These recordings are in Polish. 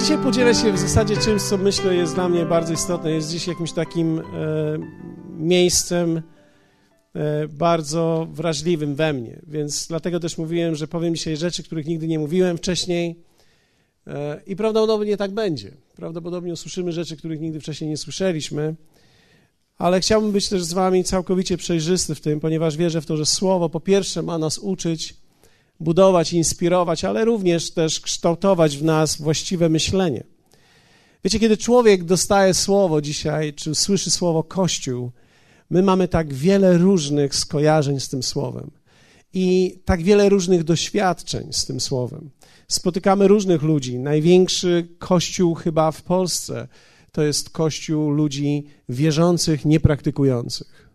Dzisiaj podzielę się w zasadzie czymś, co myślę jest dla mnie bardzo istotne. Jest dziś jakimś takim miejscem bardzo wrażliwym we mnie. Więc dlatego też mówiłem, że powiem dzisiaj rzeczy, których nigdy nie mówiłem wcześniej i prawdopodobnie tak będzie. Prawdopodobnie usłyszymy rzeczy, których nigdy wcześniej nie słyszeliśmy, ale chciałbym być też z wami całkowicie przejrzysty w tym, ponieważ wierzę w to, że Słowo po pierwsze ma nas uczyć, budować, inspirować, ale również też kształtować w nas właściwe myślenie. Wiecie, kiedy człowiek dostaje słowo dzisiaj, czy słyszy słowo Kościół, my mamy tak wiele różnych skojarzeń z tym słowem i tak wiele różnych doświadczeń z tym słowem. Spotykamy różnych ludzi. Największy Kościół chyba w Polsce to jest Kościół ludzi wierzących, niepraktykujących.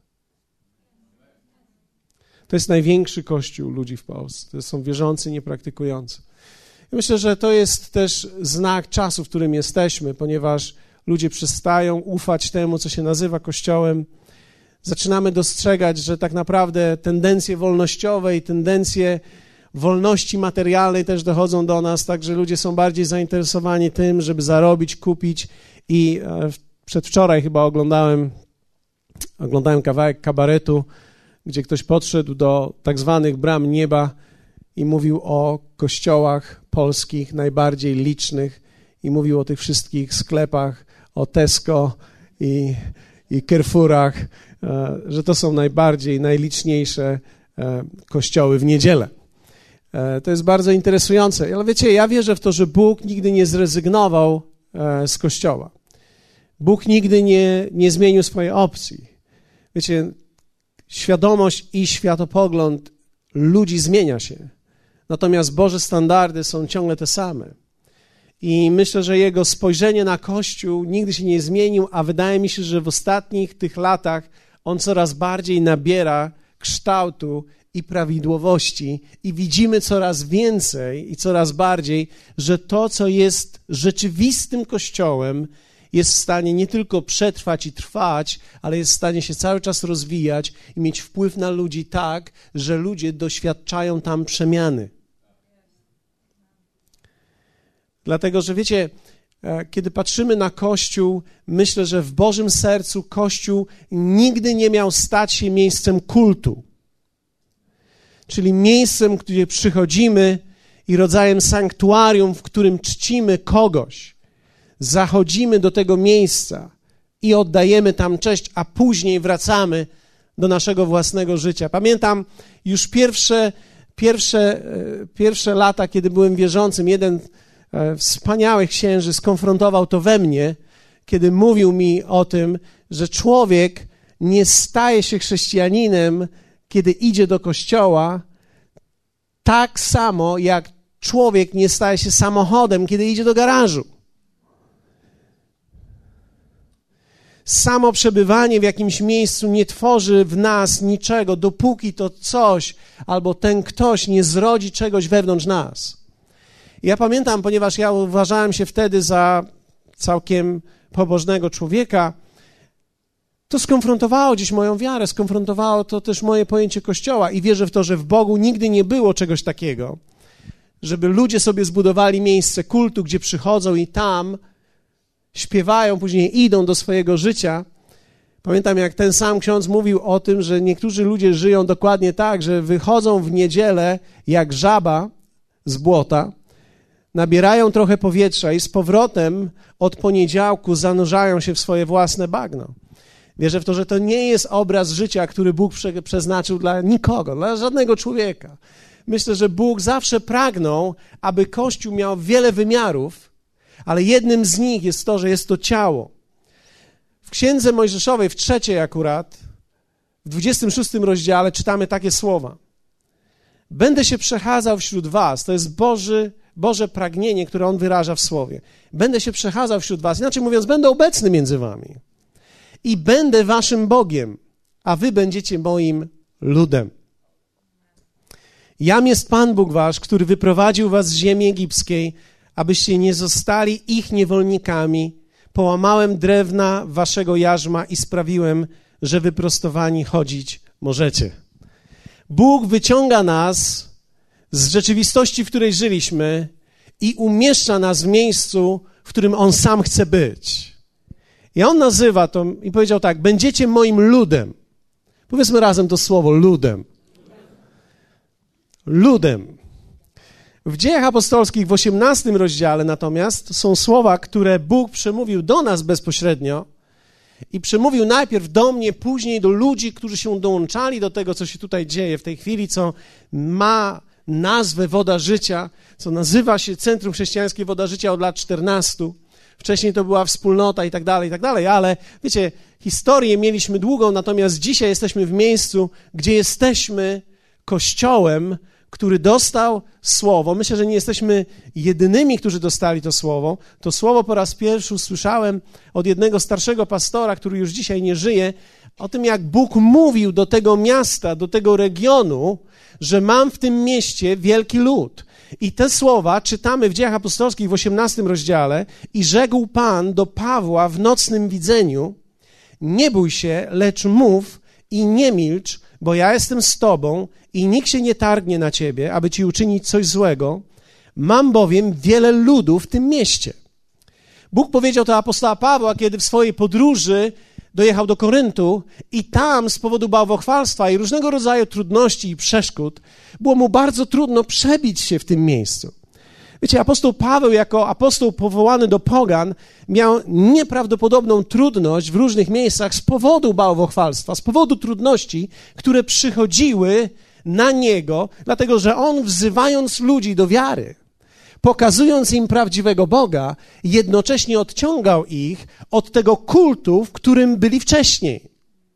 To jest największy Kościół ludzi w Polsce. To są wierzący, niepraktykujący. I myślę, że to jest też znak czasu, w którym jesteśmy, ponieważ ludzie przestają ufać temu, co się nazywa Kościołem. Zaczynamy dostrzegać, że tak naprawdę tendencje wolnościowe i tendencje wolności materialnej też dochodzą do nas, także ludzie są bardziej zainteresowani tym, żeby zarobić, kupić. I przedwczoraj chyba oglądałem kawałek kabaretu, gdzie ktoś podszedł do tak zwanych bram nieba i mówił o kościołach polskich, najbardziej licznych, i mówił o tych wszystkich sklepach, o Tesco i Carrefourach, że to są najliczniejsze kościoły w niedzielę. To jest bardzo interesujące, ale wiecie, ja wierzę w to, że Bóg nigdy nie zrezygnował z Kościoła. Bóg nigdy nie zmienił swojej opcji. Wiecie, świadomość i światopogląd ludzi zmienia się, natomiast Boże standardy są ciągle te same. I myślę, że Jego spojrzenie na Kościół nigdy się nie zmienił, a wydaje mi się, że w ostatnich tych latach On coraz bardziej nabiera kształtu i prawidłowości i widzimy coraz więcej i coraz bardziej, że to, co jest rzeczywistym Kościołem, jest w stanie nie tylko przetrwać i trwać, ale jest w stanie się cały czas rozwijać i mieć wpływ na ludzi tak, że ludzie doświadczają tam przemiany. Dlatego, że wiecie, kiedy patrzymy na Kościół, myślę, że w Bożym sercu Kościół nigdy nie miał stać się miejscem kultu. Czyli miejscem, gdzie przychodzimy i rodzajem sanktuarium, w którym czcimy kogoś. Zachodzimy do tego miejsca i oddajemy tam cześć, a później wracamy do naszego własnego życia. Pamiętam już pierwsze lata, kiedy byłem wierzącym, jeden wspaniały księży skonfrontował to we mnie, kiedy mówił mi o tym, że człowiek nie staje się chrześcijaninem, kiedy idzie do kościoła, tak samo jak człowiek nie staje się samochodem, kiedy idzie do garażu. Samo przebywanie w jakimś miejscu nie tworzy w nas niczego, dopóki to coś albo ten ktoś nie zrodzi czegoś wewnątrz nas. Ja pamiętam, ponieważ ja uważałem się wtedy za całkiem pobożnego człowieka, to skonfrontowało dziś moją wiarę, skonfrontowało to też moje pojęcie Kościoła i wierzę w to, że w Bogu nigdy nie było czegoś takiego, żeby ludzie sobie zbudowali miejsce kultu, gdzie przychodzą i tam śpiewają, później idą do swojego życia. Pamiętam, jak ten sam ksiądz mówił o tym, że niektórzy ludzie żyją dokładnie tak, że wychodzą w niedzielę jak żaba z błota, nabierają trochę powietrza i z powrotem od poniedziałku zanurzają się w swoje własne bagno. Wierzę w to, że to nie jest obraz życia, który Bóg przeznaczył dla nikogo, dla żadnego człowieka. Myślę, że Bóg zawsze pragnął, aby Kościół miał wiele wymiarów, ale jednym z nich jest to, że jest to ciało. W Księdze Mojżeszowej, w 3 akurat, w 26 rozdziale czytamy takie słowa. Będę się przechadzał wśród was, to jest Boże pragnienie, które On wyraża w Słowie. Będę się przechadzał wśród was, inaczej mówiąc, będę obecny między wami. I będę waszym Bogiem, a wy będziecie moim ludem. Jam jest Pan Bóg wasz, który wyprowadził was z ziemi egipskiej, abyście nie zostali ich niewolnikami. Połamałem drewna waszego jarzma i sprawiłem, że wyprostowani chodzić możecie. Bóg wyciąga nas z rzeczywistości, w której żyliśmy i umieszcza nas w miejscu, w którym On sam chce być. I On nazywa to i powiedział tak, będziecie moim ludem. Powiedzmy razem to słowo, ludem. Ludem. W Dziejach Apostolskich w 18 rozdziale natomiast są słowa, które Bóg przemówił do nas bezpośrednio i przemówił najpierw do mnie, później do ludzi, którzy się dołączali do tego, co się tutaj dzieje w tej chwili, co ma nazwę Woda Życia, co nazywa się Centrum Chrześcijańskie Woda Życia od lat 14. Wcześniej to była wspólnota i tak dalej, ale wiecie, historię mieliśmy długą, natomiast dzisiaj jesteśmy w miejscu, gdzie jesteśmy Kościołem, który dostał Słowo. Myślę, że nie jesteśmy jedynymi, którzy dostali to Słowo. To Słowo po raz pierwszy usłyszałem od jednego starszego pastora, który już dzisiaj nie żyje, o tym, jak Bóg mówił do tego miasta, do tego regionu, że mam w tym mieście wielki lud. I te słowa czytamy w Dziejach Apostolskich w 18 rozdziale i rzekł Pan do Pawła w nocnym widzeniu, nie bój się, lecz mów i nie milcz, bo ja jestem z tobą i nikt się nie targnie na ciebie, aby ci uczynić coś złego. Mam bowiem wiele ludu w tym mieście. Bóg powiedział to apostoła Pawła, kiedy w swojej podróży dojechał do Koryntu i tam z powodu bałwochwalstwa i różnego rodzaju trudności i przeszkód było mu bardzo trudno przebić się w tym miejscu. Wiecie, apostoł Paweł jako apostoł powołany do pogan miał nieprawdopodobną trudność w różnych miejscach z powodu bałwochwalstwa, z powodu trudności, które przychodziły na niego, dlatego że on wzywając ludzi do wiary, pokazując im prawdziwego Boga, jednocześnie odciągał ich od tego kultu, w którym byli wcześniej.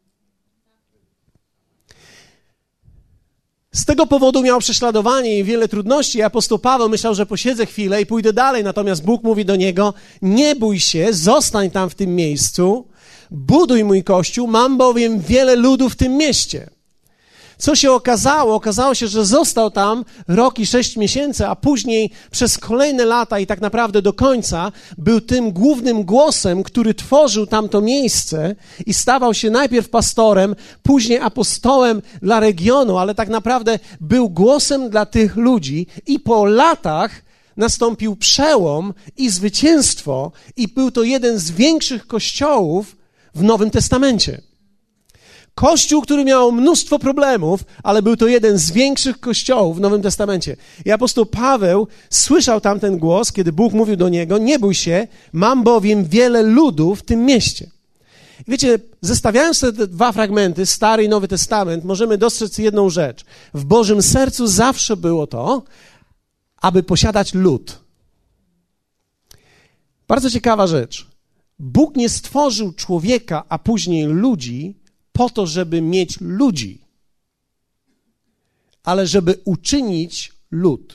Z tego powodu miał prześladowanie i wiele trudności i apostoł Paweł myślał, że posiedzę chwilę i pójdę dalej, natomiast Bóg mówi do niego, nie bój się, zostań tam w tym miejscu, buduj mój kościół, mam bowiem wiele ludu w tym mieście. Co się okazało? Okazało się, że został tam rok i 6 miesięcy, a później przez kolejne lata i tak naprawdę do końca był tym głównym głosem, który tworzył tamto miejsce i stawał się najpierw pastorem, później apostołem dla regionu, ale tak naprawdę był głosem dla tych ludzi i po latach nastąpił przełom i zwycięstwo i był to jeden z większych kościołów w Nowym Testamencie. Kościół, który miał mnóstwo problemów, ale był to jeden z większych kościołów w Nowym Testamencie. I apostoł Paweł słyszał tamten głos, kiedy Bóg mówił do niego, nie bój się, mam bowiem wiele ludu w tym mieście. I wiecie, zestawiając te dwa fragmenty, Stary i Nowy Testament, możemy dostrzec jedną rzecz. W Bożym sercu zawsze było to, aby posiadać lud. Bardzo ciekawa rzecz. Bóg nie stworzył człowieka, a później ludzi, po to, żeby mieć ludzi, ale żeby uczynić lud.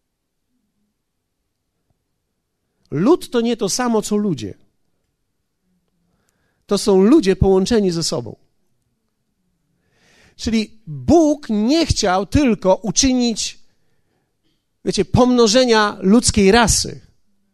Lud to nie to samo, co ludzie. To są ludzie połączeni ze sobą. Czyli Bóg nie chciał tylko uczynić, wiecie, pomnożenia ludzkiej rasy.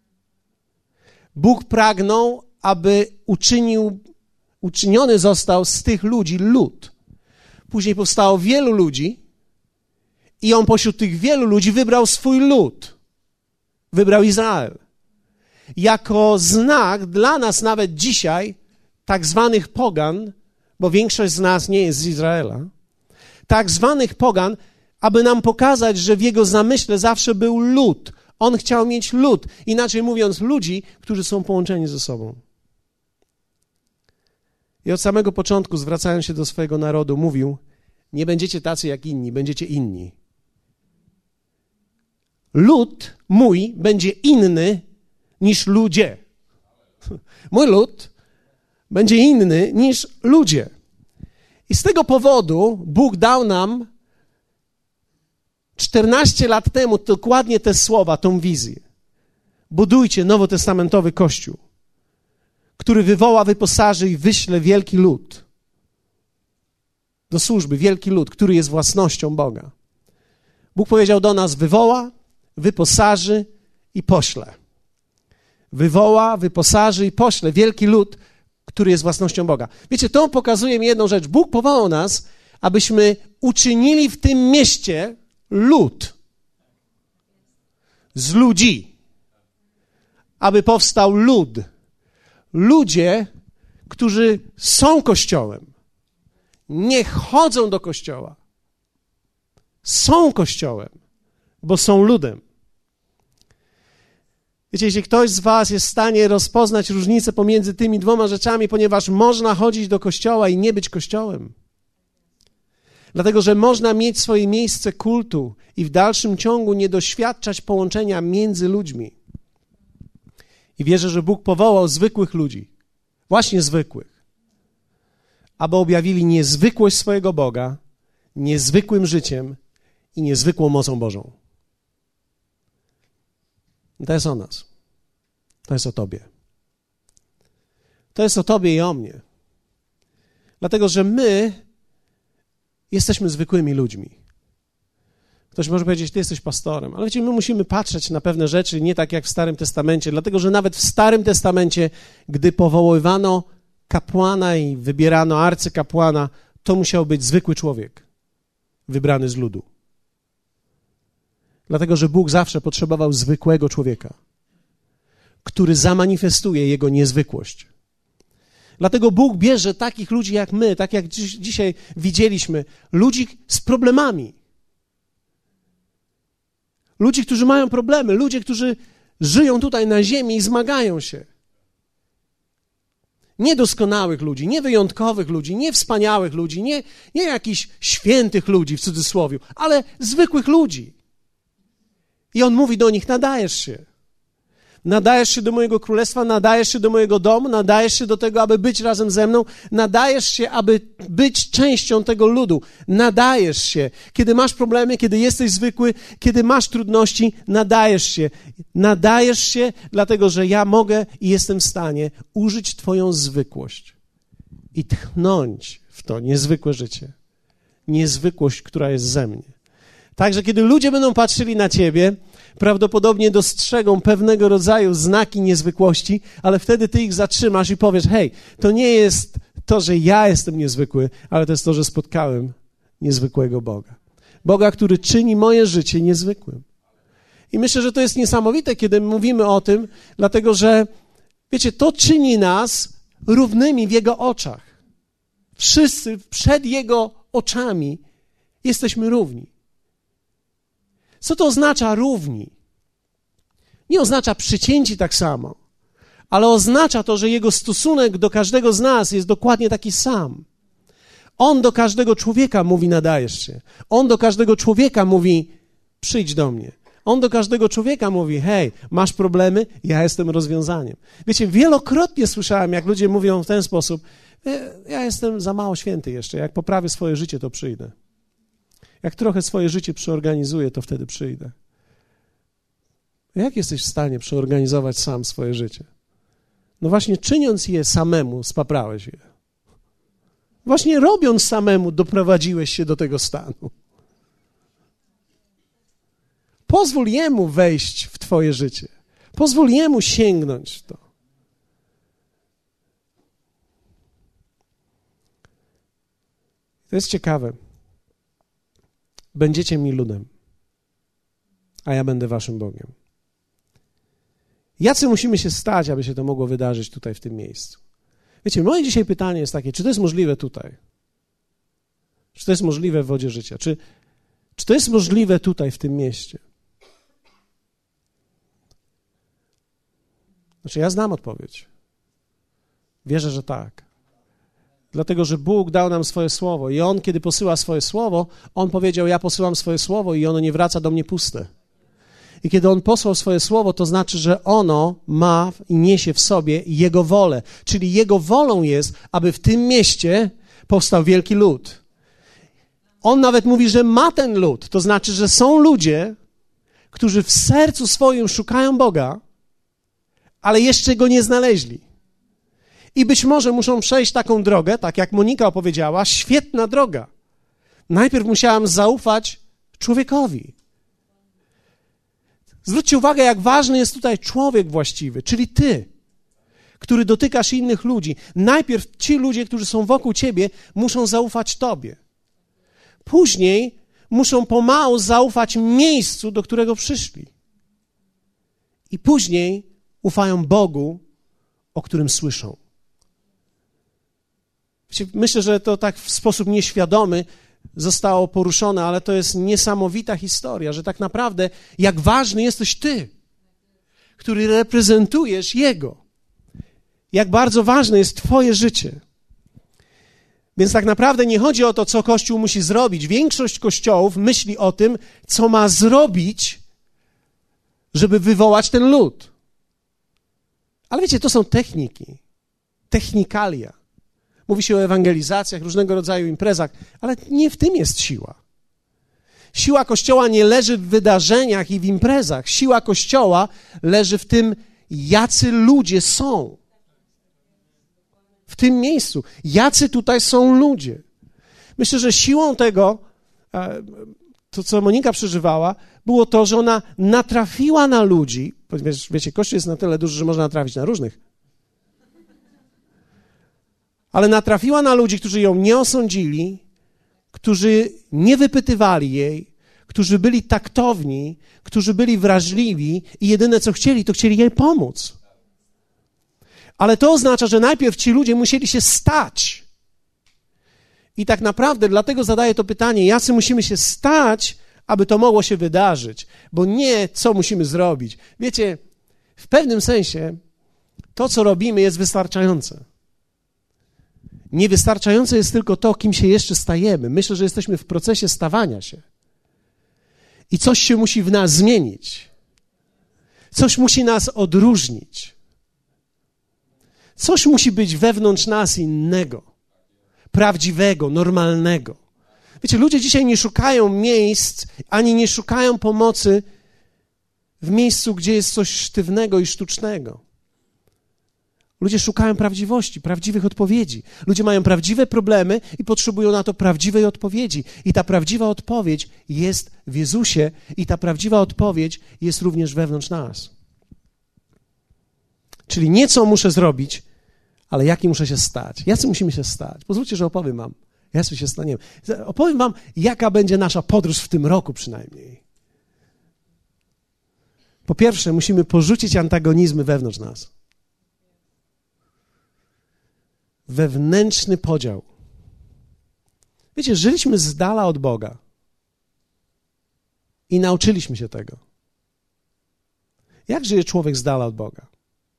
Bóg pragnął, aby uczyniony został z tych ludzi lud. Później powstało wielu ludzi i on pośród tych wielu ludzi wybrał swój lud. Wybrał Izrael. Jako znak dla nas nawet dzisiaj, tak zwanych pogan, bo większość z nas nie jest z Izraela, tak zwanych pogan, aby nam pokazać, że w jego zamyśle zawsze był lud. On chciał mieć lud. Inaczej mówiąc, ludzi, którzy są połączeni ze sobą. I od samego początku, zwracając się do swojego narodu, mówił, nie będziecie tacy jak inni, będziecie inni. Lud mój będzie inny niż ludzie. Mój lud będzie inny niż ludzie. I z tego powodu Bóg dał nam 14 lat temu dokładnie te słowa, tą wizję. Budujcie nowotestamentowy Kościół, który wywoła, wyposaży i wyśle wielki lud do służby, wielki lud, który jest własnością Boga. Bóg powiedział do nas, wywoła, wyposaży i pośle. Wywoła, wyposaży i pośle wielki lud, który jest własnością Boga. Wiecie, to pokazuje mi jedną rzecz. Bóg powołał nas, abyśmy uczynili w tym mieście lud z ludzi. aby powstał lud. Ludzie, którzy są Kościołem, nie chodzą do Kościoła. Są Kościołem, bo są ludem. Wiecie, jeśli ktoś z was jest w stanie rozpoznać różnicę pomiędzy tymi dwoma rzeczami, ponieważ można chodzić do Kościoła i nie być Kościołem. Dlatego, że można mieć swoje miejsce kultu i w dalszym ciągu nie doświadczać połączenia między ludźmi. I wierzę, że Bóg powołał zwykłych ludzi, właśnie zwykłych, aby objawili niezwykłość swojego Boga, niezwykłym życiem i niezwykłą mocą Bożą. To jest o nas. To jest o tobie. To jest o tobie i o mnie. Dlatego, że my jesteśmy zwykłymi ludźmi. Ktoś może powiedzieć, ty jesteś pastorem, ale wiecie, my musimy patrzeć na pewne rzeczy nie tak jak w Starym Testamencie, dlatego, że nawet w Starym Testamencie, gdy powoływano kapłana i wybierano arcykapłana, to musiał być zwykły człowiek, wybrany z ludu. Dlatego, że Bóg zawsze potrzebował zwykłego człowieka, który zamanifestuje Jego niezwykłość. Dlatego Bóg bierze takich ludzi jak my, tak jak dzisiaj widzieliśmy, ludzi z problemami. Ludzi, którzy mają problemy, ludzie, którzy żyją tutaj na ziemi i zmagają się. Niedoskonałych ludzi, niewyjątkowych ludzi, niewspaniałych ludzi, nie jakichś świętych ludzi w cudzysłowie, ale zwykłych ludzi. I On mówi do nich, nadajesz się. Nadajesz się do mojego królestwa, nadajesz się do mojego domu, nadajesz się do tego, aby być razem ze mną, nadajesz się, aby być częścią tego ludu. Nadajesz się. Kiedy masz problemy, kiedy jesteś zwykły, kiedy masz trudności, nadajesz się. Nadajesz się, dlatego że ja mogę i jestem w stanie użyć twoją zwykłość i tchnąć w to niezwykłe życie. Niezwykłość, która jest ze mnie. Także kiedy ludzie będą patrzyli na ciebie, prawdopodobnie dostrzegą pewnego rodzaju znaki niezwykłości, ale wtedy ty ich zatrzymasz i powiesz, hej, to nie jest to, że ja jestem niezwykły, ale to jest to, że spotkałem niezwykłego Boga. Boga, który czyni moje życie niezwykłym. I myślę, że to jest niesamowite, kiedy mówimy o tym, dlatego że, wiecie, to czyni nas równymi w Jego oczach. Wszyscy przed Jego oczami jesteśmy równi. Co to oznacza równi? Nie oznacza przycięci tak samo, ale oznacza to, że Jego stosunek do każdego z nas jest dokładnie taki sam. On do każdego człowieka mówi, nadajesz się. On do każdego człowieka mówi, przyjdź do mnie. On do każdego człowieka mówi, hej, masz problemy, ja jestem rozwiązaniem. Wiecie, wielokrotnie słyszałem, jak ludzie mówią w ten sposób, ja jestem za mało święty jeszcze, jak poprawię swoje życie, to przyjdę. Jak trochę swoje życie przeorganizuję, to wtedy przyjdę. Jak jesteś w stanie przeorganizować sam swoje życie? No właśnie czyniąc je samemu, spaprałeś je. Właśnie robiąc samemu, doprowadziłeś się do tego stanu. Pozwól Jemu wejść w twoje życie. Pozwól Jemu sięgnąć w to. To jest ciekawe. Będziecie mi ludem, a ja będę waszym Bogiem. Jacy musimy się stać, aby się to mogło wydarzyć tutaj w tym miejscu? Wiecie, moje dzisiaj pytanie jest takie, czy to jest możliwe tutaj? Czy to jest możliwe w wodzie życia? Czy to jest możliwe tutaj, w tym mieście? Znaczy, ja znam odpowiedź. Wierzę, że tak. Dlatego, że Bóg dał nam swoje słowo i On, kiedy posyła swoje słowo, On powiedział, ja posyłam swoje słowo i ono nie wraca do mnie puste. I kiedy On posłał swoje słowo, to znaczy, że ono ma i niesie w sobie Jego wolę. Czyli Jego wolą jest, aby w tym mieście powstał wielki lud. On nawet mówi, że ma ten lud. To znaczy, że są ludzie, którzy w sercu swoim szukają Boga, ale jeszcze Go nie znaleźli. I być może muszą przejść taką drogę, tak jak Monika opowiedziała, świetna droga. Najpierw musiałam zaufać człowiekowi. Zwróćcie uwagę, jak ważny jest tutaj człowiek właściwy, czyli ty, który dotykasz innych ludzi. Najpierw ci ludzie, którzy są wokół ciebie, muszą zaufać tobie. Później muszą pomału zaufać miejscu, do którego przyszli. I później ufają Bogu, o którym słyszą. Myślę, że to tak w sposób nieświadomy zostało poruszone, ale to jest niesamowita historia, że tak naprawdę jak ważny jesteś ty, który reprezentujesz Jego. Jak bardzo ważne jest twoje życie. Więc tak naprawdę nie chodzi o to, co Kościół musi zrobić. Większość kościołów myśli o tym, co ma zrobić, żeby wywołać ten lud. Ale wiecie, to są techniki, technikalia. Mówi się o ewangelizacjach, różnego rodzaju imprezach, ale nie w tym jest siła. Siła Kościoła nie leży w wydarzeniach i w imprezach. Siła Kościoła leży w tym, jacy ludzie są. W tym miejscu. Jacy tutaj są ludzie. Myślę, że siłą tego, to co Monika przeżywała, było to, że ona natrafiła na ludzi. Wiecie, Kościół jest na tyle duży, że można natrafić na różnych. Ale natrafiła na ludzi, którzy ją nie osądzili, którzy nie wypytywali jej, którzy byli taktowni, którzy byli wrażliwi i jedyne co chcieli, to chcieli jej pomóc. Ale to oznacza, że najpierw ci ludzie musieli się stać. I tak naprawdę dlatego zadaję to pytanie, jacy musimy się stać, aby to mogło się wydarzyć, bo nie co musimy zrobić. Wiecie, w pewnym sensie to, co robimy, jest wystarczające. Niewystarczające jest tylko to, kim się jeszcze stajemy. Myślę, że jesteśmy w procesie stawania się. I coś się musi w nas zmienić. Coś musi nas odróżnić. Coś musi być wewnątrz nas innego, prawdziwego, normalnego. Wiecie, ludzie dzisiaj nie szukają miejsc, ani nie szukają pomocy w miejscu, gdzie jest coś sztywnego i sztucznego. Ludzie szukają prawdziwości, prawdziwych odpowiedzi. Ludzie mają prawdziwe problemy i potrzebują na to prawdziwej odpowiedzi. I ta prawdziwa odpowiedź jest w Jezusie i ta prawdziwa odpowiedź jest również wewnątrz nas. Czyli nie co muszę zrobić, ale jaki muszę się stać. Jacy musimy się stać? Pozwólcie, że opowiem wam, jacy się staniemy. Opowiem wam, jaka będzie nasza podróż w tym roku przynajmniej. Po pierwsze, musimy porzucić antagonizmy wewnątrz nas. Wewnętrzny podział. Wiecie, żyliśmy z dala od Boga i nauczyliśmy się tego. Jak żyje człowiek z dala od Boga?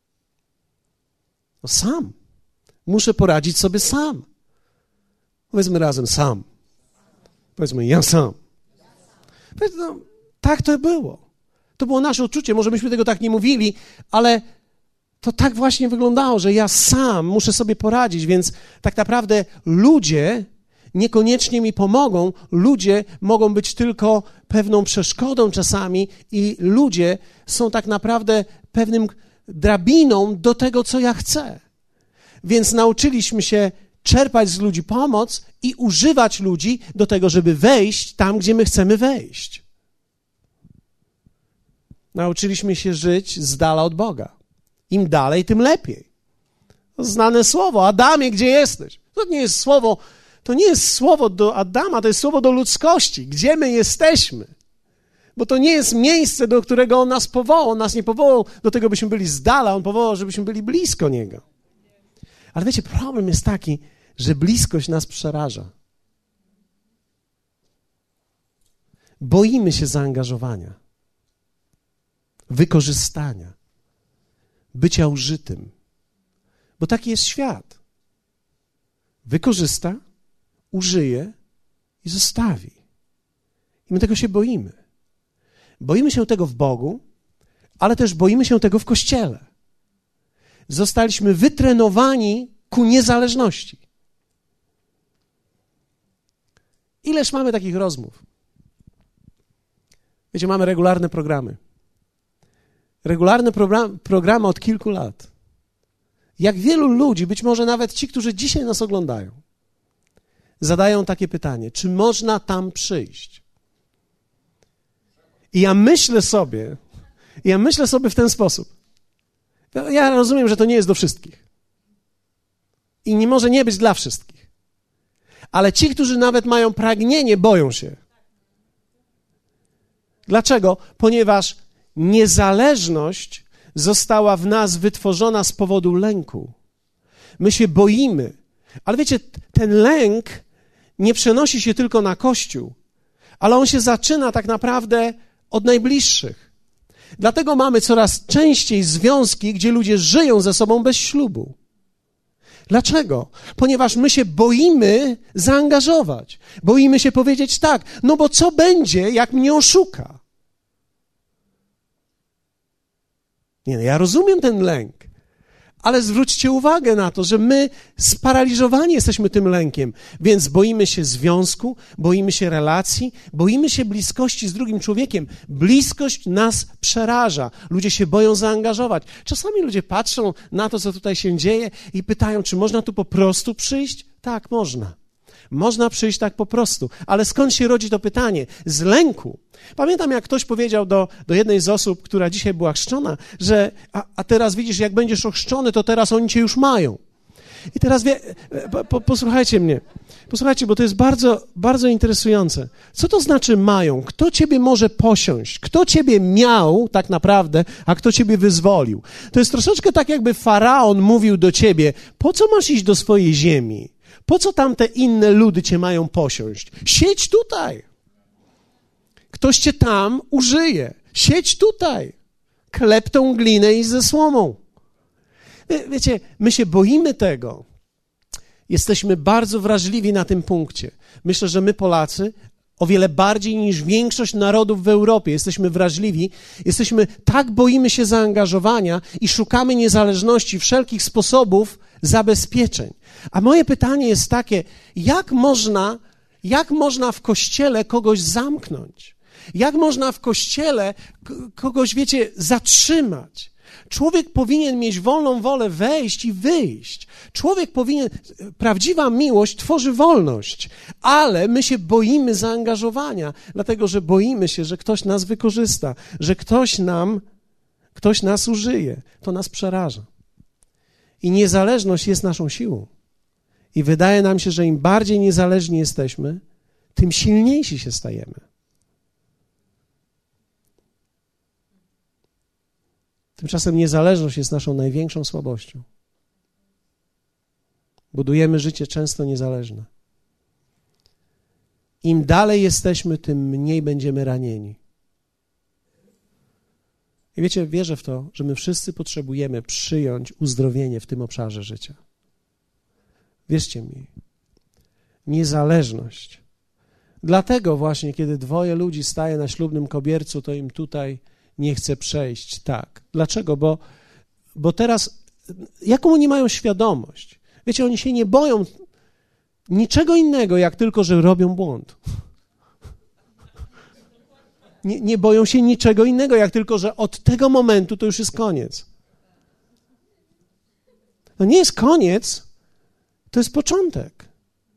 No sam. Muszę poradzić sobie sam. Powiedzmy razem sam. Powiedzmy ja sam. No, tak to było. To było nasze uczucie. Może myśmy tego tak nie mówili, ale to tak właśnie wyglądało, że ja sam muszę sobie poradzić, więc tak naprawdę ludzie niekoniecznie mi pomogą, ludzie mogą być tylko pewną przeszkodą czasami i ludzie są tak naprawdę pewnym drabiną do tego, co ja chcę. Więc nauczyliśmy się czerpać z ludzi pomoc i używać ludzi do tego, żeby wejść tam, gdzie my chcemy wejść. Nauczyliśmy się żyć z dala od Boga. Im dalej, tym lepiej. To znane słowo. Adamie, gdzie jesteś? To nie jest słowo do Adama, to jest słowo do ludzkości. Gdzie my jesteśmy? Bo to nie jest miejsce, do którego On nas powołał. On nas nie powołał do tego, byśmy byli z dala. On powołał, żebyśmy byli blisko Niego. Ale wiecie, problem jest taki, że bliskość nas przeraża. Boimy się zaangażowania, wykorzystania, bycia użytym. Bo taki jest świat. Wykorzysta, użyje i zostawi. I my tego się boimy. Boimy się tego w Bogu, ale też boimy się tego w Kościele. Zostaliśmy wytrenowani ku niezależności. Ileż mamy takich rozmów? Wiecie, mamy regularne programy. Regularne programy od kilku lat. Jak wielu ludzi, być może nawet ci, którzy dzisiaj nas oglądają, zadają takie pytanie, czy można tam przyjść? I ja myślę sobie w ten sposób. Ja rozumiem, że to nie jest do wszystkich. I nie może nie być dla wszystkich. Ale ci, którzy nawet mają pragnienie, boją się. Dlaczego? Ponieważ niezależność została w nas wytworzona z powodu lęku. My się boimy. Ale wiecie, ten lęk nie przenosi się tylko na Kościół, ale on się zaczyna tak naprawdę od najbliższych. Dlatego mamy coraz częściej związki, gdzie ludzie żyją ze sobą bez ślubu. Dlaczego? Ponieważ my się boimy zaangażować. Boimy się powiedzieć tak, no bo co będzie, jak mnie oszuka? Nie, no ja rozumiem ten lęk, ale zwróćcie uwagę na to, że my sparaliżowani jesteśmy tym lękiem, więc boimy się związku, boimy się relacji, boimy się bliskości z drugim człowiekiem. Bliskość nas przeraża. Ludzie się boją zaangażować. Czasami ludzie patrzą na to, co tutaj się dzieje i pytają, czy można tu po prostu przyjść? Tak, można. Można przyjść tak po prostu. Ale skąd się rodzi to pytanie? Z lęku. Pamiętam, jak ktoś powiedział do jednej z osób, która dzisiaj była chrzczona, że a teraz widzisz, jak będziesz ochrzczony, to teraz oni cię już mają. I teraz posłuchajcie mnie. Posłuchajcie, bo to jest bardzo, bardzo interesujące. Co to znaczy mają? Kto ciebie może posiąść? Kto ciebie miał tak naprawdę, a kto ciebie wyzwolił? To jest troszeczkę tak, jakby Faraon mówił do ciebie, po co masz iść do swojej ziemi? Po co tamte inne ludy cię mają posiąść? Siedź tutaj. Ktoś cię tam użyje. Siedź tutaj. Klep tą glinę i ze słomą. Wiecie, my się boimy tego. Jesteśmy bardzo wrażliwi na tym punkcie. Myślę, że my Polacy o wiele bardziej niż większość narodów w Europie jesteśmy wrażliwi. Tak boimy się zaangażowania i szukamy niezależności, wszelkich sposobów zabezpieczeń. A moje pytanie jest takie, jak można w Kościele kogoś zamknąć? Jak można w Kościele kogoś, wiecie, zatrzymać? Człowiek powinien mieć wolną wolę wejść i wyjść. Prawdziwa miłość tworzy wolność, ale my się boimy zaangażowania, dlatego że boimy się, że ktoś nas wykorzysta, że ktoś nas użyje. To nas przeraża. I niezależność jest naszą siłą. I wydaje nam się, że im bardziej niezależni jesteśmy, tym silniejsi się stajemy. Tymczasem niezależność jest naszą największą słabością. Budujemy życie często niezależne. Im dalej jesteśmy, tym mniej będziemy ranieni. I wiecie, wierzę w to, że my wszyscy potrzebujemy przyjąć uzdrowienie w tym obszarze życia. Wierzcie mi, niezależność. Dlatego właśnie, kiedy dwoje ludzi staje na ślubnym kobiercu, to im tutaj nie chce przejść tak. Dlaczego? Bo teraz, jaką oni mają świadomość? Wiecie, oni się nie boją niczego innego, jak tylko, że robią błąd. Nie boją się niczego innego, jak tylko, że od tego momentu to już jest koniec. To nie jest koniec, to jest początek.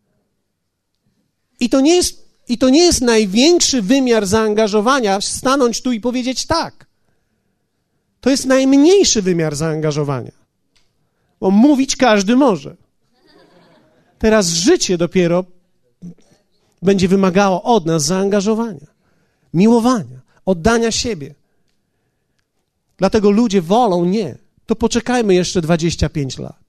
I to nie jest największy wymiar zaangażowania, stanąć tu i powiedzieć tak. To jest najmniejszy wymiar zaangażowania. Bo mówić każdy może. Teraz życie dopiero będzie wymagało od nas zaangażowania, miłowania, oddania siebie. Dlatego ludzie wolą nie. To poczekajmy jeszcze 25 lat.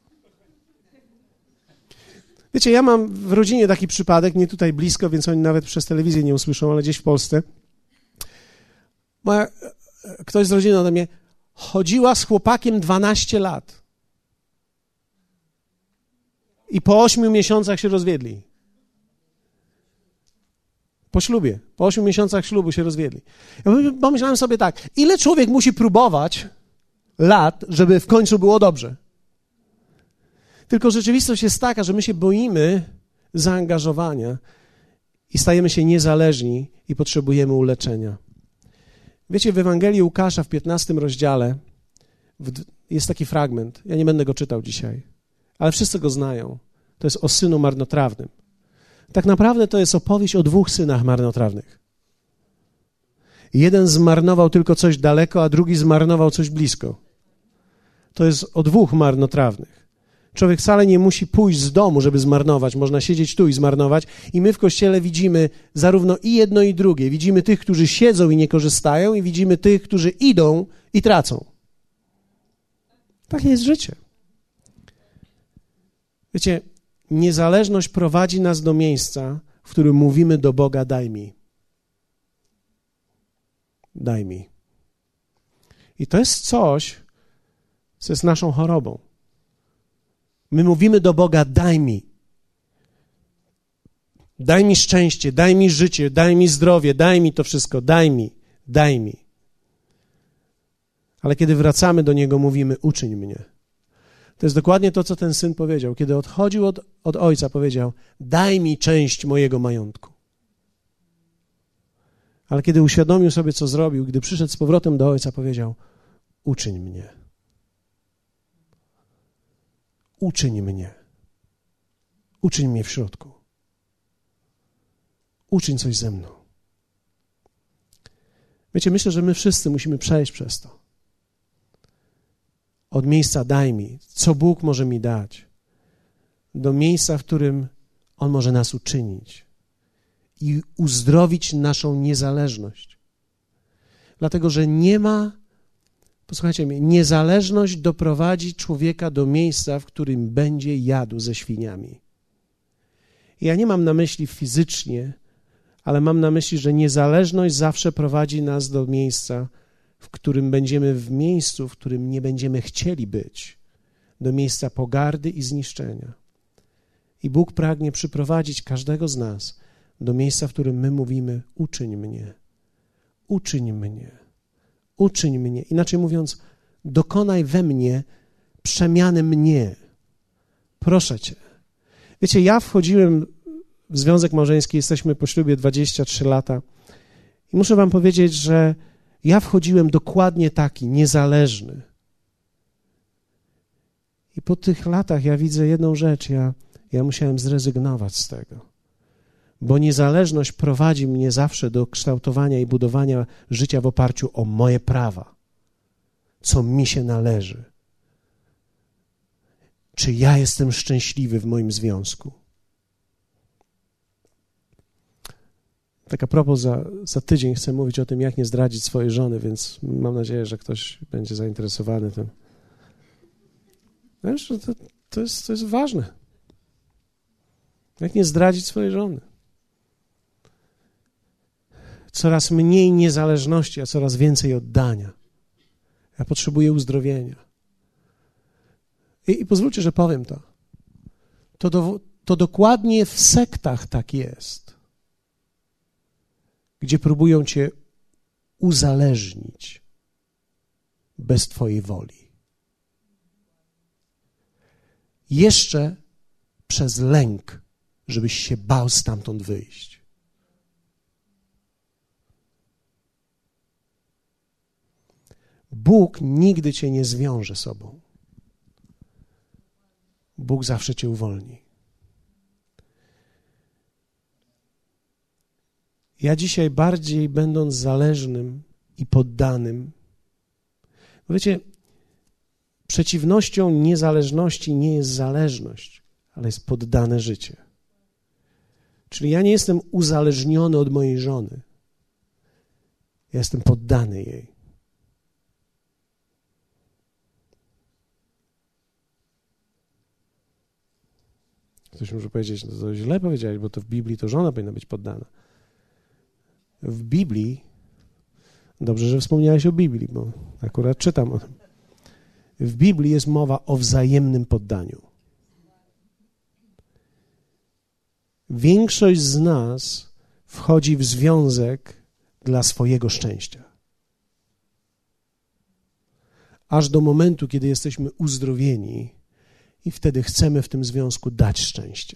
Wiecie, ja mam w rodzinie taki przypadek, nie tutaj blisko, więc oni nawet przez telewizję nie usłyszą, ale gdzieś w Polsce. Ktoś z rodziny ode mnie chodziła z chłopakiem 12 lat. I po 8 miesiącach się rozwiedli. Po ślubie. Po 8 miesiącach ślubu się rozwiedli. Ja pomyślałem sobie tak, ile człowiek musi próbować lat, żeby w końcu było dobrze? Tylko rzeczywistość jest taka, że my się boimy zaangażowania i stajemy się niezależni i potrzebujemy uleczenia. Wiecie, w Ewangelii Łukasza w 15 rozdziale jest taki fragment. Ja nie będę go czytał dzisiaj, ale wszyscy go znają. To jest o synu marnotrawnym. Tak naprawdę to jest opowieść o 2 synach marnotrawnych. Jeden zmarnował tylko coś daleko, a drugi zmarnował coś blisko. To jest o 2 marnotrawnych. Człowiek wcale nie musi pójść z domu, żeby zmarnować. Można siedzieć tu i zmarnować. I my w Kościele widzimy zarówno i jedno, i drugie. Widzimy tych, którzy siedzą i nie korzystają, i widzimy tych, którzy idą i tracą. Takie jest życie. Wiecie, niezależność prowadzi nas do miejsca, w którym mówimy do Boga: daj mi. Daj mi. I to jest coś, co jest naszą chorobą. My mówimy do Boga: daj mi. Daj mi szczęście, daj mi życie, daj mi zdrowie, daj mi to wszystko, daj mi, daj mi. Ale kiedy wracamy do Niego, mówimy: uczyń mnie. To jest dokładnie to, co ten syn powiedział. Kiedy odchodził od ojca, powiedział: daj mi część mojego majątku. Ale kiedy uświadomił sobie, co zrobił, gdy przyszedł z powrotem do ojca, powiedział: uczyń mnie. Uczyń mnie. Uczyń mnie w środku. Uczyń coś ze mną. Wiecie, myślę, że my wszyscy musimy przejść przez to. Od miejsca daj mi, co Bóg może mi dać, do miejsca, w którym On może nas uczynić i uzdrowić naszą niezależność. Dlatego, że nie ma, posłuchajcie mnie, niezależność doprowadzi człowieka do miejsca, w którym będzie jadł ze świniami. I ja nie mam na myśli fizycznie, ale mam na myśli, że niezależność zawsze prowadzi nas do miejsca, w którym będziemy w miejscu, w którym nie będziemy chcieli być, do miejsca pogardy i zniszczenia. I Bóg pragnie przyprowadzić każdego z nas do miejsca, w którym my mówimy: uczyń mnie, uczyń mnie, uczyń mnie. Inaczej mówiąc, dokonaj we mnie przemiany mnie. Proszę Cię. Wiecie, ja wchodziłem w związek małżeński, jesteśmy po ślubie 23 lata i muszę wam powiedzieć, że ja wchodziłem dokładnie taki, niezależny. I po tych latach ja widzę jedną rzecz, ja musiałem zrezygnować z tego, bo niezależność prowadzi mnie zawsze do kształtowania i budowania życia w oparciu o moje prawa, co mi się należy. Czy ja jestem szczęśliwy w moim związku? Tak a propos, za tydzień chcę mówić o tym, jak nie zdradzić swojej żony, więc mam nadzieję, że ktoś będzie zainteresowany tym. Wiesz, to jest ważne. Jak nie zdradzić swojej żony? Coraz mniej niezależności, a coraz więcej oddania. Ja potrzebuję uzdrowienia. I pozwólcie, że powiem to. To dokładnie w sektach tak jest, gdzie próbują cię uzależnić bez twojej woli. Jeszcze przez lęk, żebyś się bał stamtąd wyjść. Bóg nigdy cię nie zwiąże sobą. Bóg zawsze cię uwolni. Ja dzisiaj bardziej będąc zależnym i poddanym, wiecie, przeciwnością niezależności nie jest zależność, ale jest poddane życie. Czyli ja nie jestem uzależniony od mojej żony. Ja jestem poddany jej. Ktoś może powiedzieć: no to źle powiedziałeś, bo to w Biblii to żona powinna być poddana. W Biblii, dobrze, że wspomniałeś o Biblii, bo akurat czytam o tym. W Biblii jest mowa o wzajemnym poddaniu. Większość z nas wchodzi w związek dla swojego szczęścia. Aż do momentu, kiedy jesteśmy uzdrowieni i wtedy chcemy w tym związku dać szczęście.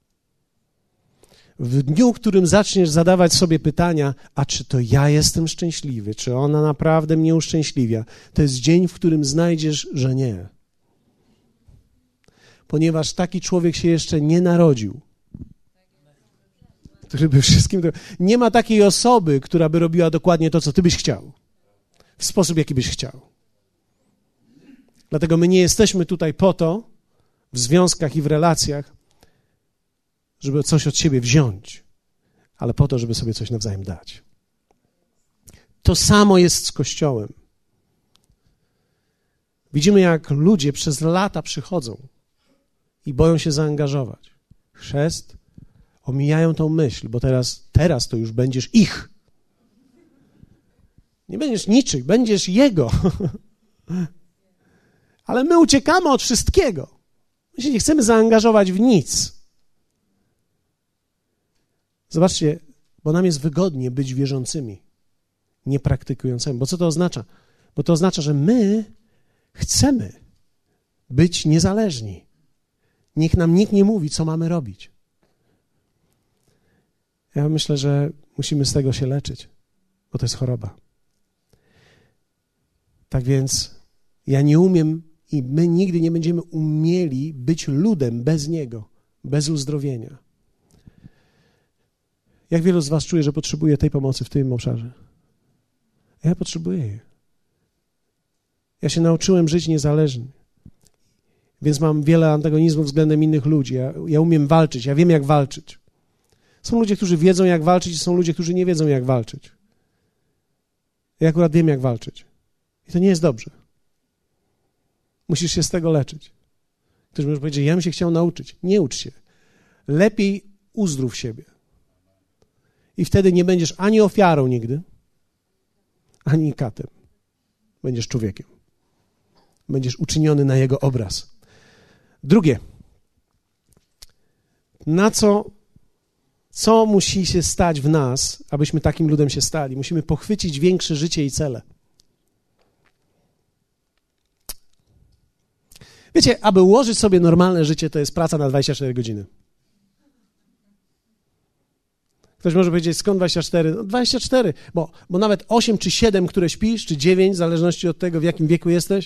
W dniu, w którym zaczniesz zadawać sobie pytania: a czy to ja jestem szczęśliwy, czy ona naprawdę mnie uszczęśliwia, to jest dzień, w którym znajdziesz, że nie. Ponieważ taki człowiek się jeszcze nie narodził, który by wszystkim... Nie ma takiej osoby, która by robiła dokładnie to, co ty byś chciał, w sposób, jaki byś chciał. Dlatego my nie jesteśmy tutaj po to, w związkach i w relacjach, żeby coś od siebie wziąć, ale po to, żeby sobie coś nawzajem dać. To samo jest z Kościołem. Widzimy, jak ludzie przez lata przychodzą i boją się zaangażować. Chrzest, omijają tą myśl, bo teraz to już będziesz ich. Nie będziesz niczych, będziesz Jego. Ale my uciekamy od wszystkiego. My się nie chcemy zaangażować w nic. Zobaczcie, bo nam jest wygodnie być wierzącymi, nie praktykującymi. Bo co to oznacza? Bo to oznacza, że my chcemy być niezależni. Niech nam nikt nie mówi, co mamy robić. Ja myślę, że musimy z tego się leczyć, bo to jest choroba. Tak więc ja nie umiem i my nigdy nie będziemy umieli być ludem bez Niego, bez uzdrowienia. Jak wielu z was czuje, że potrzebuje tej pomocy w tym obszarze? Ja potrzebuję jej. Ja się nauczyłem żyć niezależnie, więc mam wiele antagonizmów względem innych ludzi. Ja umiem walczyć, ja wiem, jak walczyć. Są ludzie, którzy wiedzą, jak walczyć, i są ludzie, którzy nie wiedzą, jak walczyć. Ja akurat wiem, jak walczyć. I to nie jest dobrze. Musisz się z tego leczyć. Ktoś może powiedzieć, ja bym się chciał nauczyć. Nie ucz się. Lepiej uzdrów siebie. I wtedy nie będziesz ani ofiarą nigdy, ani katem. Będziesz człowiekiem. Będziesz uczyniony na Jego obraz. Drugie. Co musi się stać w nas, abyśmy takim ludem się stali? Musimy pochwycić większe życie i cele. Wiecie, aby ułożyć sobie normalne życie, to jest praca na 24 godziny. Ktoś może powiedzieć, skąd 24? No 24, bo nawet 8 czy 7, które śpisz, czy 9, w zależności od tego, w jakim wieku jesteś,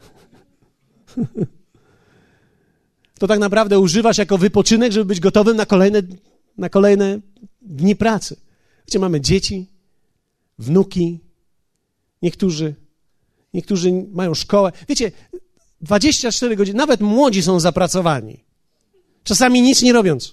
to tak naprawdę używasz jako wypoczynek, żeby być gotowym na kolejne dni pracy. Wiecie, mamy dzieci, wnuki, niektórzy mają szkołę. Wiecie, 24 godziny, nawet młodzi są zapracowani. Czasami nic nie robiąc.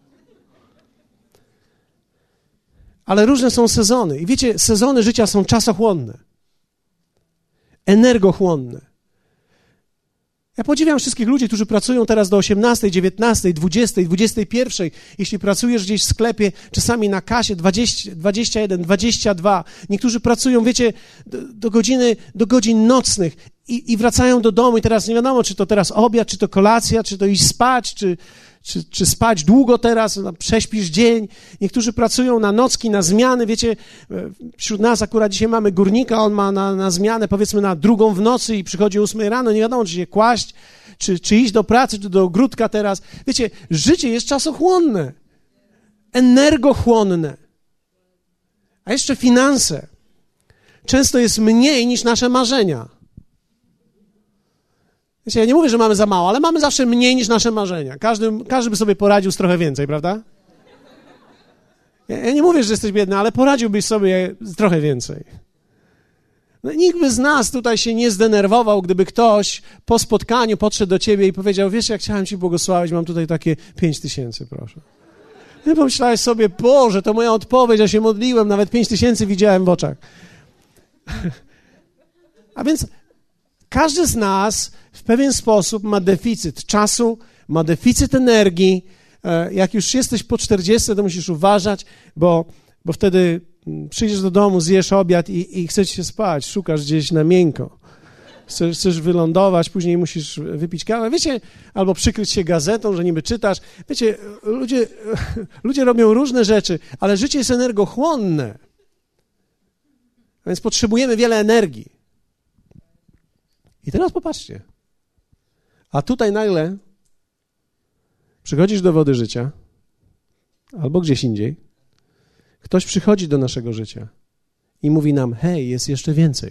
Ale różne są sezony. I wiecie, sezony życia są czasochłonne, energochłonne. Ja podziwiam wszystkich ludzi, którzy pracują teraz do 18, 19, 20, 21. Jeśli pracujesz gdzieś w sklepie, czasami na kasie 20, 21, 22. Niektórzy pracują, wiecie, do godzin nocnych i wracają do domu i teraz nie wiadomo, czy to teraz obiad, czy to kolacja, czy to iść spać, czy spać długo teraz, prześpisz dzień. Niektórzy pracują na nocki, na zmiany. Wiecie, wśród nas akurat dzisiaj mamy górnika, on ma na zmianę powiedzmy na 2 w nocy i przychodzi o 8 rano. Nie wiadomo, czy się kłaść, czy iść do pracy, czy do ogródka teraz. Wiecie, życie jest czasochłonne, energochłonne. A jeszcze finanse. Często jest mniej niż nasze marzenia. Wiecie, ja nie mówię, że mamy za mało, ale mamy zawsze mniej niż nasze marzenia. Każdy by sobie poradził z trochę więcej, prawda? Ja nie mówię, że jesteś biedny, ale poradziłbyś sobie z trochę więcej. No, nikt by z nas tutaj się nie zdenerwował, gdyby ktoś po spotkaniu podszedł do ciebie i powiedział, wiesz, jak chciałem ci błogosławić, mam tutaj takie 5000, proszę. I pomyślałeś sobie, Boże, to moja odpowiedź, ja się modliłem, nawet 5000 widziałem w oczach. A więc każdy z nas w pewien sposób ma deficyt czasu, ma deficyt energii. Jak już jesteś po 40, to musisz uważać, bo wtedy przyjdziesz do domu, zjesz obiad i chcesz się spać, szukasz gdzieś na miękko. Chcesz wylądować, później musisz wypić kawę, wiecie, albo przykryć się gazetą, że niby czytasz. Wiecie, ludzie robią różne rzeczy, ale życie jest energochłonne, a więc potrzebujemy wiele energii. I teraz popatrzcie, a tutaj nagle przychodzisz do wody życia albo gdzieś indziej, ktoś przychodzi do naszego życia i mówi nam, hej, jest jeszcze więcej.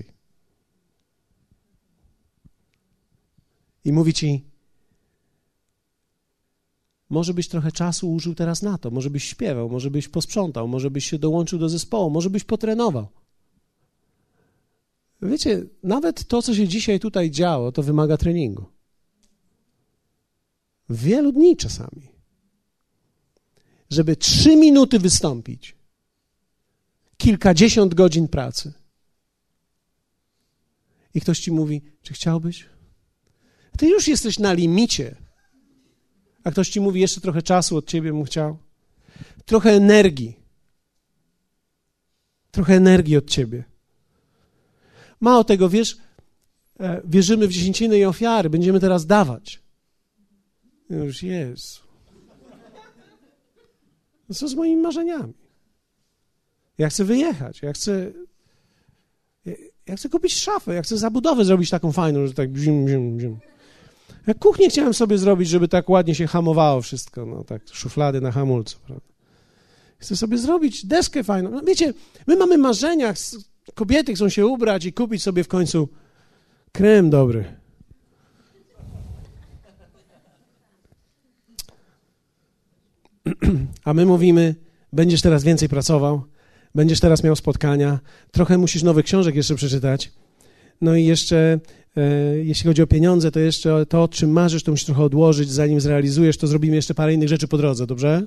I mówi ci, może byś trochę czasu użył teraz na to, może byś śpiewał, może byś posprzątał, może byś się dołączył do zespołu, może byś potrenował. Wiecie, nawet to, co się dzisiaj tutaj działo, to wymaga treningu. Wielu dni czasami. Żeby 3 minuty wystąpić, kilkadziesiąt godzin pracy. I ktoś ci mówi, czy chciałbyś? Ty już jesteś na limicie. A ktoś ci mówi, jeszcze trochę czasu od ciebie bym chciał. Trochę energii. Trochę energii od ciebie. Mało tego, wiesz, wierzymy w dziesięciny i ofiary, będziemy teraz dawać. Już jest. Co z moimi marzeniami? Ja chcę wyjechać, ja chcę kupić szafę, ja chcę zabudowę zrobić taką fajną, że tak zim. Ja kuchnię chciałem sobie zrobić, żeby tak ładnie się hamowało wszystko, no tak, szuflady na hamulcu, prawda? Chcę sobie zrobić deskę fajną. No wiecie, my mamy marzenia, kobiety chcą się ubrać i kupić sobie w końcu krem dobry. A my mówimy, będziesz teraz więcej pracował, będziesz teraz miał spotkania, trochę musisz nowych książek jeszcze przeczytać, no i jeszcze, jeśli chodzi o pieniądze, to jeszcze to, o czym marzysz, to musisz trochę odłożyć, zanim zrealizujesz, to zrobimy jeszcze parę innych rzeczy po drodze, dobrze?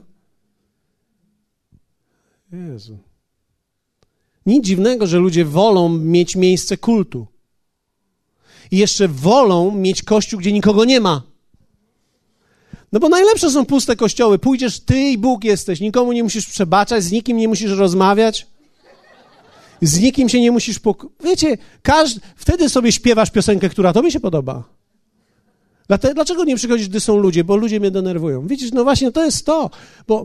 Jezu. Nic dziwnego, że ludzie wolą mieć miejsce kultu. I jeszcze wolą mieć kościół, gdzie nikogo nie ma. No bo najlepsze są puste kościoły. Pójdziesz, ty i Bóg jesteś. Nikomu nie musisz przebaczać, z nikim nie musisz rozmawiać. Z nikim się nie musisz... Wiecie, wtedy sobie śpiewasz piosenkę, która tobie się podoba. Dlaczego nie przychodzisz, gdy są ludzie? Bo ludzie mnie denerwują. Widzisz, no właśnie to jest to, bo...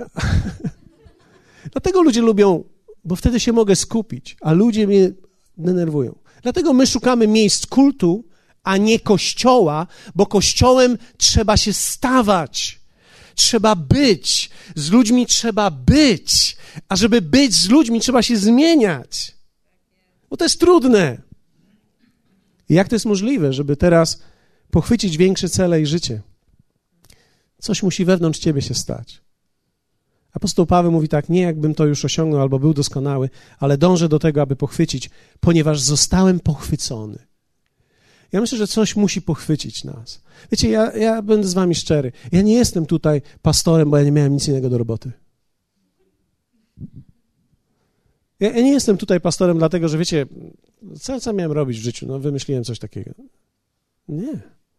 Dlatego ludzie lubią, bo wtedy się mogę skupić, a ludzie mnie denerwują. Dlatego my szukamy miejsc kultu, a nie kościoła, bo kościołem trzeba się stawać. Trzeba być. Z ludźmi trzeba być. A żeby być z ludźmi, trzeba się zmieniać. Bo to jest trudne. I jak to jest możliwe, żeby teraz pochwycić większe cele i życie? Coś musi wewnątrz ciebie się stać. Apostoł Paweł mówi tak, nie jakbym to już osiągnął albo był doskonały, ale dążę do tego, aby pochwycić, ponieważ zostałem pochwycony. Ja myślę, że coś musi pochwycić nas. Wiecie, ja będę z wami szczery. Ja nie jestem tutaj pastorem, bo ja nie miałem nic innego do roboty. Ja nie jestem tutaj pastorem dlatego, że wiecie, co miałem robić w życiu? No wymyśliłem coś takiego. Nie.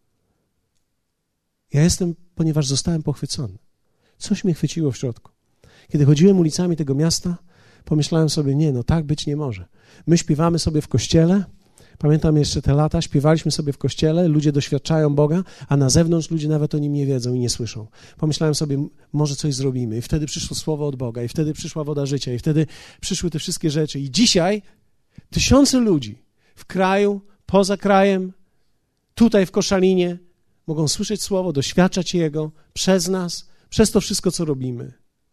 Ja jestem, ponieważ zostałem pochwycony. Coś mnie chwyciło w środku. Kiedy chodziłem ulicami tego miasta, pomyślałem sobie, nie, no tak być nie może. My śpiewamy sobie w kościele, pamiętam jeszcze te lata, śpiewaliśmy sobie w kościele, ludzie doświadczają Boga, a na zewnątrz ludzie nawet o Nim nie wiedzą i nie słyszą. Pomyślałem sobie, może coś zrobimy i wtedy przyszło słowo od Boga i wtedy przyszła woda życia i wtedy przyszły te wszystkie rzeczy. I dzisiaj tysiące ludzi w kraju, poza krajem, tutaj w Koszalinie mogą słyszeć słowo, doświadczać Jego przez nas, przez to wszystko, co robimy.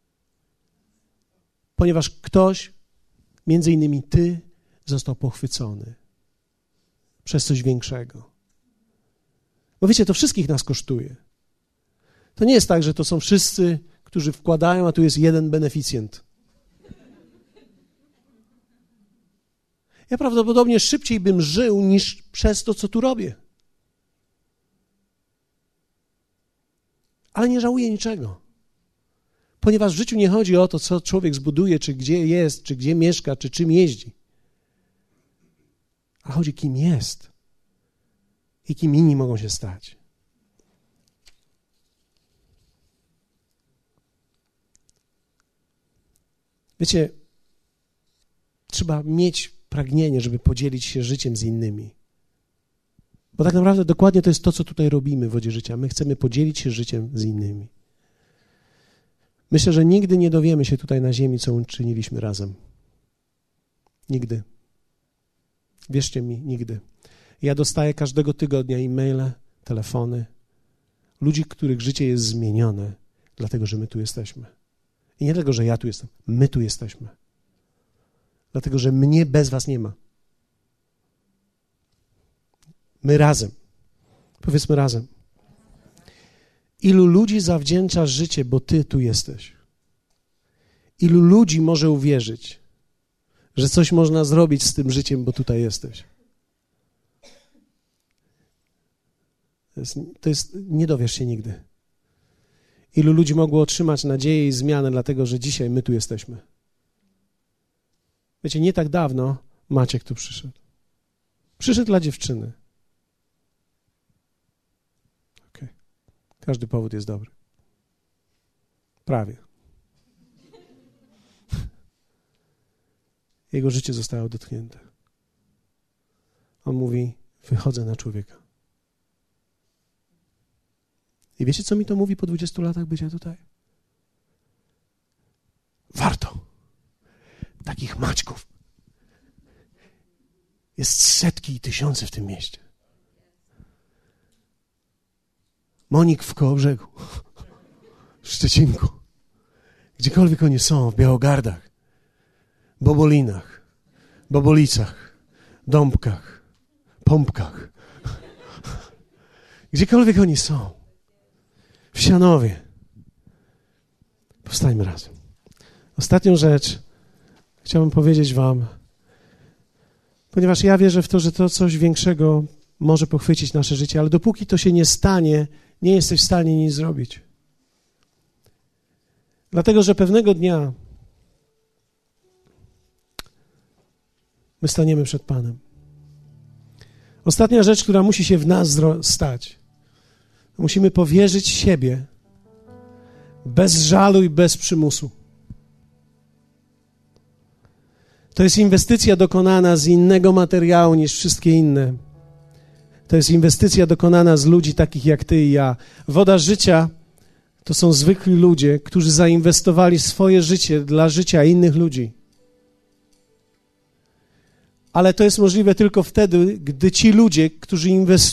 Ponieważ ktoś, między innymi ty, został pochwycony przez coś większego. Bo wiecie, to wszystkich nas kosztuje. To nie jest tak, że to są wszyscy, którzy wkładają, a tu jest jeden beneficjent. Ja prawdopodobnie szybciej bym żył niż przez to, co tu robię. Ale nie żałuję niczego. Ponieważ w życiu nie chodzi o to, co człowiek zbuduje, czy gdzie jest, czy gdzie mieszka, czy czym jeździ. A chodzi, kim jest i kim inni mogą się stać. Wiecie, trzeba mieć pragnienie, żeby podzielić się życiem z innymi. Bo tak naprawdę dokładnie to jest to, co tutaj robimy w Wodzie Życia. My chcemy podzielić się życiem z innymi. Myślę, że nigdy nie dowiemy się tutaj na ziemi, co uczyniliśmy razem. Nigdy. Wierzcie mi, nigdy. Ja dostaję każdego tygodnia e-maile, telefony, ludzi, których życie jest zmienione, dlatego, że my tu jesteśmy. I nie dlatego, że ja tu jestem, my tu jesteśmy. Dlatego, że mnie bez was nie ma. My razem. Powiedzmy razem. Ilu ludzi zawdzięcza życie, bo ty tu jesteś? Ilu ludzi może uwierzyć, że coś można zrobić z tym życiem, bo tutaj jesteś? Nie dowiesz się nigdy. Ilu ludzi mogło otrzymać nadzieję i zmianę, dlatego że dzisiaj my tu jesteśmy? Wiecie, nie tak dawno Maciek tu przyszedł. Przyszedł dla dziewczyny. Każdy powód jest dobry. Prawie. Jego życie zostało dotknięte. On mówi, wychodzę na człowieka. I wiecie, co mi to mówi po 20 latach bycia tutaj? Warto. Takich Maćków jest setki i tysiące w tym mieście. Monik w Kołobrzegu, w Szczecinku, gdziekolwiek oni są, w Białogardach, Bobolinach, Bobolicach, Dąbkach, Pompkach, gdziekolwiek oni są, w Sianowie. Powstańmy razem. Ostatnią rzecz chciałbym powiedzieć wam, ponieważ ja wierzę w to, że to coś większego może pochwycić nasze życie, ale dopóki to się nie stanie, nie jesteś w stanie nic zrobić. Dlatego, że pewnego dnia my staniemy przed Panem. Ostatnia rzecz, która musi się w nas stać. Musimy powierzyć siebie bez żalu i bez przymusu. To jest inwestycja dokonana z innego materiału niż wszystkie inne. To jest inwestycja dokonana z ludzi takich jak ty i ja. Woda życia to są zwykli ludzie, którzy zainwestowali swoje życie dla życia innych ludzi. Ale to jest możliwe tylko wtedy, gdy ci ludzie, którzy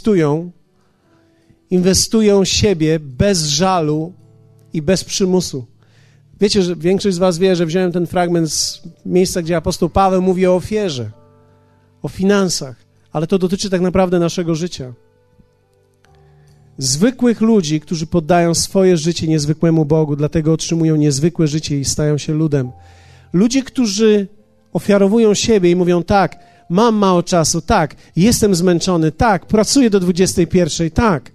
inwestują siebie bez żalu i bez przymusu. Wiecie, że większość z was wie, że wziąłem ten fragment z miejsca, gdzie apostoł Paweł mówi o ofierze, o finansach, ale to dotyczy tak naprawdę naszego życia. Zwykłych ludzi, którzy poddają swoje życie niezwykłemu Bogu, dlatego otrzymują niezwykłe życie i stają się ludem. Ludzie, którzy ofiarowują siebie i mówią tak, mam mało czasu, tak, jestem zmęczony, tak, pracuję do 21, tak,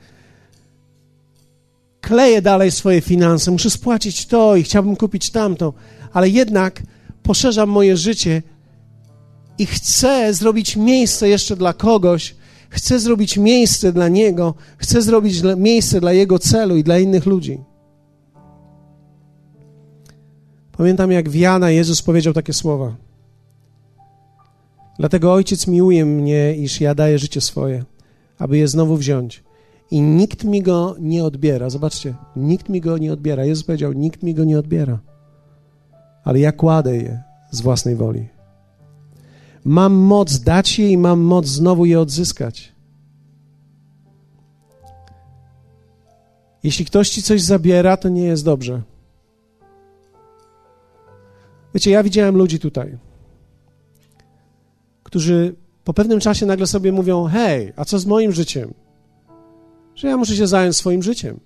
kleję dalej swoje finanse, muszę spłacić to i chciałbym kupić tamto, ale jednak poszerzam moje życie i chcę zrobić miejsce jeszcze dla kogoś, chcę zrobić miejsce dla Niego, chcę zrobić miejsce dla Jego celu i dla innych ludzi. Pamiętam, jak w Jana Jezus powiedział takie słowa. Dlatego Ojciec miłuje mnie, iż ja daję życie swoje, aby je znowu wziąć. I nikt mi go nie odbiera. Zobaczcie, nikt mi go nie odbiera. Jezus powiedział, nikt mi go nie odbiera. Ale ja kładę je z własnej woli. Mam moc dać je i mam moc znowu je odzyskać. Jeśli ktoś ci coś zabiera, to nie jest dobrze. Wiecie, ja widziałem ludzi tutaj, którzy po pewnym czasie nagle sobie mówią, hej, a co z moim życiem? Że ja muszę się zająć swoim życiem.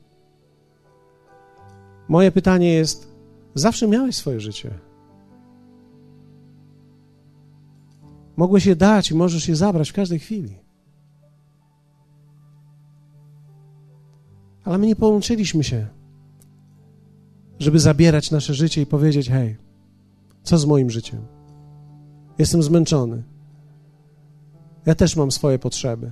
Moje pytanie jest, zawsze miałeś swoje życie. Mogłeś je dać i możesz je zabrać w każdej chwili. Ale my nie połączyliśmy się, żeby zabierać nasze życie i powiedzieć, hej, co z moim życiem? Jestem zmęczony. Ja też mam swoje potrzeby.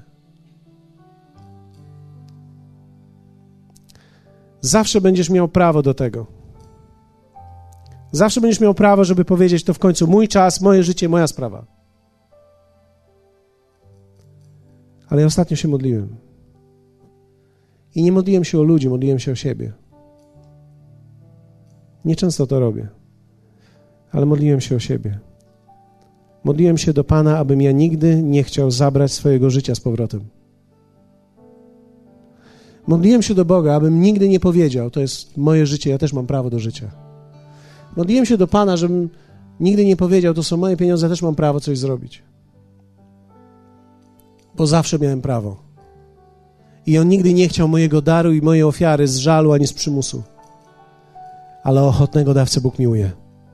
Zawsze będziesz miał prawo do tego. Zawsze będziesz miał prawo, żeby powiedzieć, to w końcu mój czas, moje życie, moja sprawa. Ale ja ostatnio się modliłem. I nie modliłem się o ludzi, modliłem się o siebie. Nieczęsto to robię, ale modliłem się o siebie. Modliłem się do Pana, abym ja nigdy nie chciał zabrać swojego życia z powrotem. Modliłem się do Boga, abym nigdy nie powiedział, to jest moje życie, ja też mam prawo do życia. Modliłem się do Pana, żebym nigdy nie powiedział, to są moje pieniądze, ja też mam prawo coś zrobić. Bo zawsze miałem prawo. I On nigdy nie chciał mojego daru i mojej ofiary z żalu ani z przymusu. Ale ochotnego dawcę Bóg miłuje.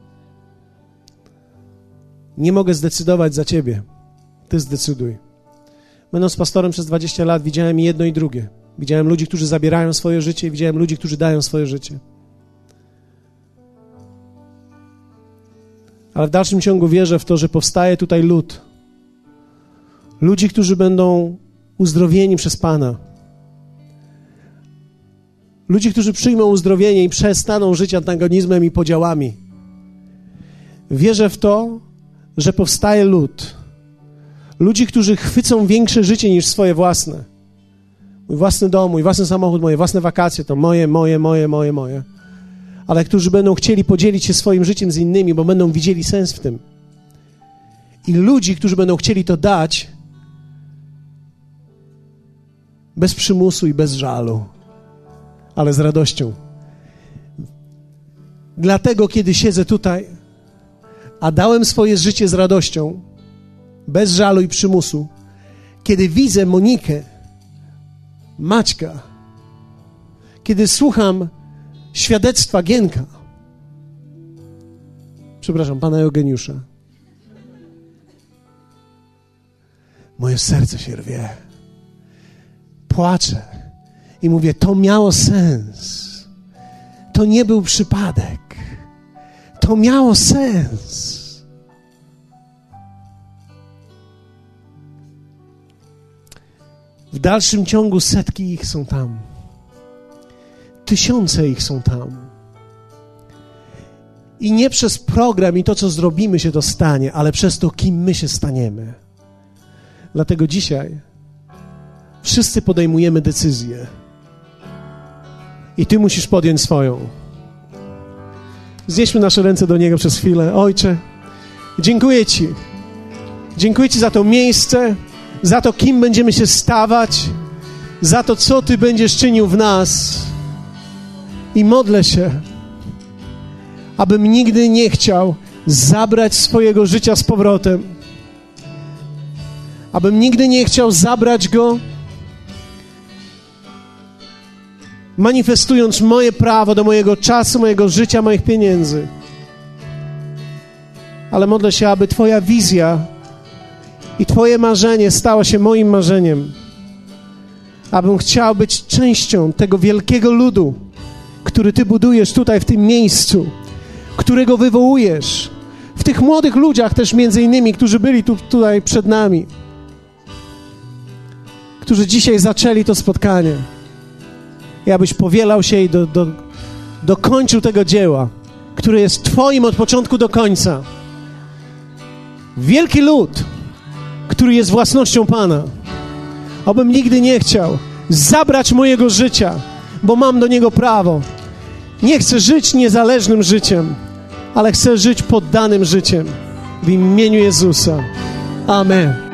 Nie mogę zdecydować za Ciebie. Ty zdecyduj. Będąc pastorem przez 20 lat widziałem jedno i drugie. Widziałem ludzi, którzy zabierają swoje życie i widziałem ludzi, którzy dają swoje życie. Ale w dalszym ciągu wierzę w to, że powstaje tutaj lud. Ludzi, którzy będą uzdrowieni przez Pana. Ludzi, którzy przyjmą uzdrowienie i przestaną żyć antagonizmem i podziałami. Wierzę w to, że powstaje lud. Ludzi, którzy chwycą większe życie niż swoje własne. Mój własny dom, mój własny samochód, moje własne wakacje to moje. Ale którzy będą chcieli podzielić się swoim życiem z innymi, bo będą widzieli sens w tym. I ludzi, którzy będą chcieli to dać bez przymusu i bez żalu, ale z radością. Dlatego, kiedy siedzę tutaj, a dałem swoje życie z radością, bez żalu i przymusu, kiedy widzę Monikę, Maćka, kiedy słucham świadectwa Gienka, pana Eugeniusza, moje serce się rwie. Płaczę i mówię, to miało sens. To nie był przypadek. To miało sens. W dalszym ciągu setki ich są tam. Tysiące ich są tam. I nie przez program i to, co zrobimy, się to stanie, ale przez to, kim my się staniemy. Dlatego dzisiaj wszyscy podejmujemy decyzję. I ty musisz podjąć swoją. Znieśmy nasze ręce do Niego przez chwilę. Ojcze, dziękuję Ci. Dziękuję Ci za to miejsce, za to, kim będziemy się stawać, za to, co Ty będziesz czynił w nas. I modlę się, abym nigdy nie chciał zabrać swojego życia z powrotem. Abym nigdy nie chciał zabrać go, manifestując moje prawo do mojego czasu, mojego życia, moich pieniędzy. Ale modlę się, aby Twoja wizja i Twoje marzenie stało się moim marzeniem. Abym chciał być częścią tego wielkiego ludu, który Ty budujesz tutaj, w tym miejscu, którego wywołujesz. W tych młodych ludziach też między innymi, którzy byli tutaj przed nami, którzy dzisiaj zaczęli to spotkanie. I abyś powielał się i dokończył tego dzieła, które jest Twoim od początku do końca. Wielki lud, który jest własnością Pana. Abym nigdy nie chciał zabrać mojego życia, bo mam do niego prawo. Nie chcę żyć niezależnym życiem, ale chcę żyć poddanym życiem. W imieniu Jezusa. Amen.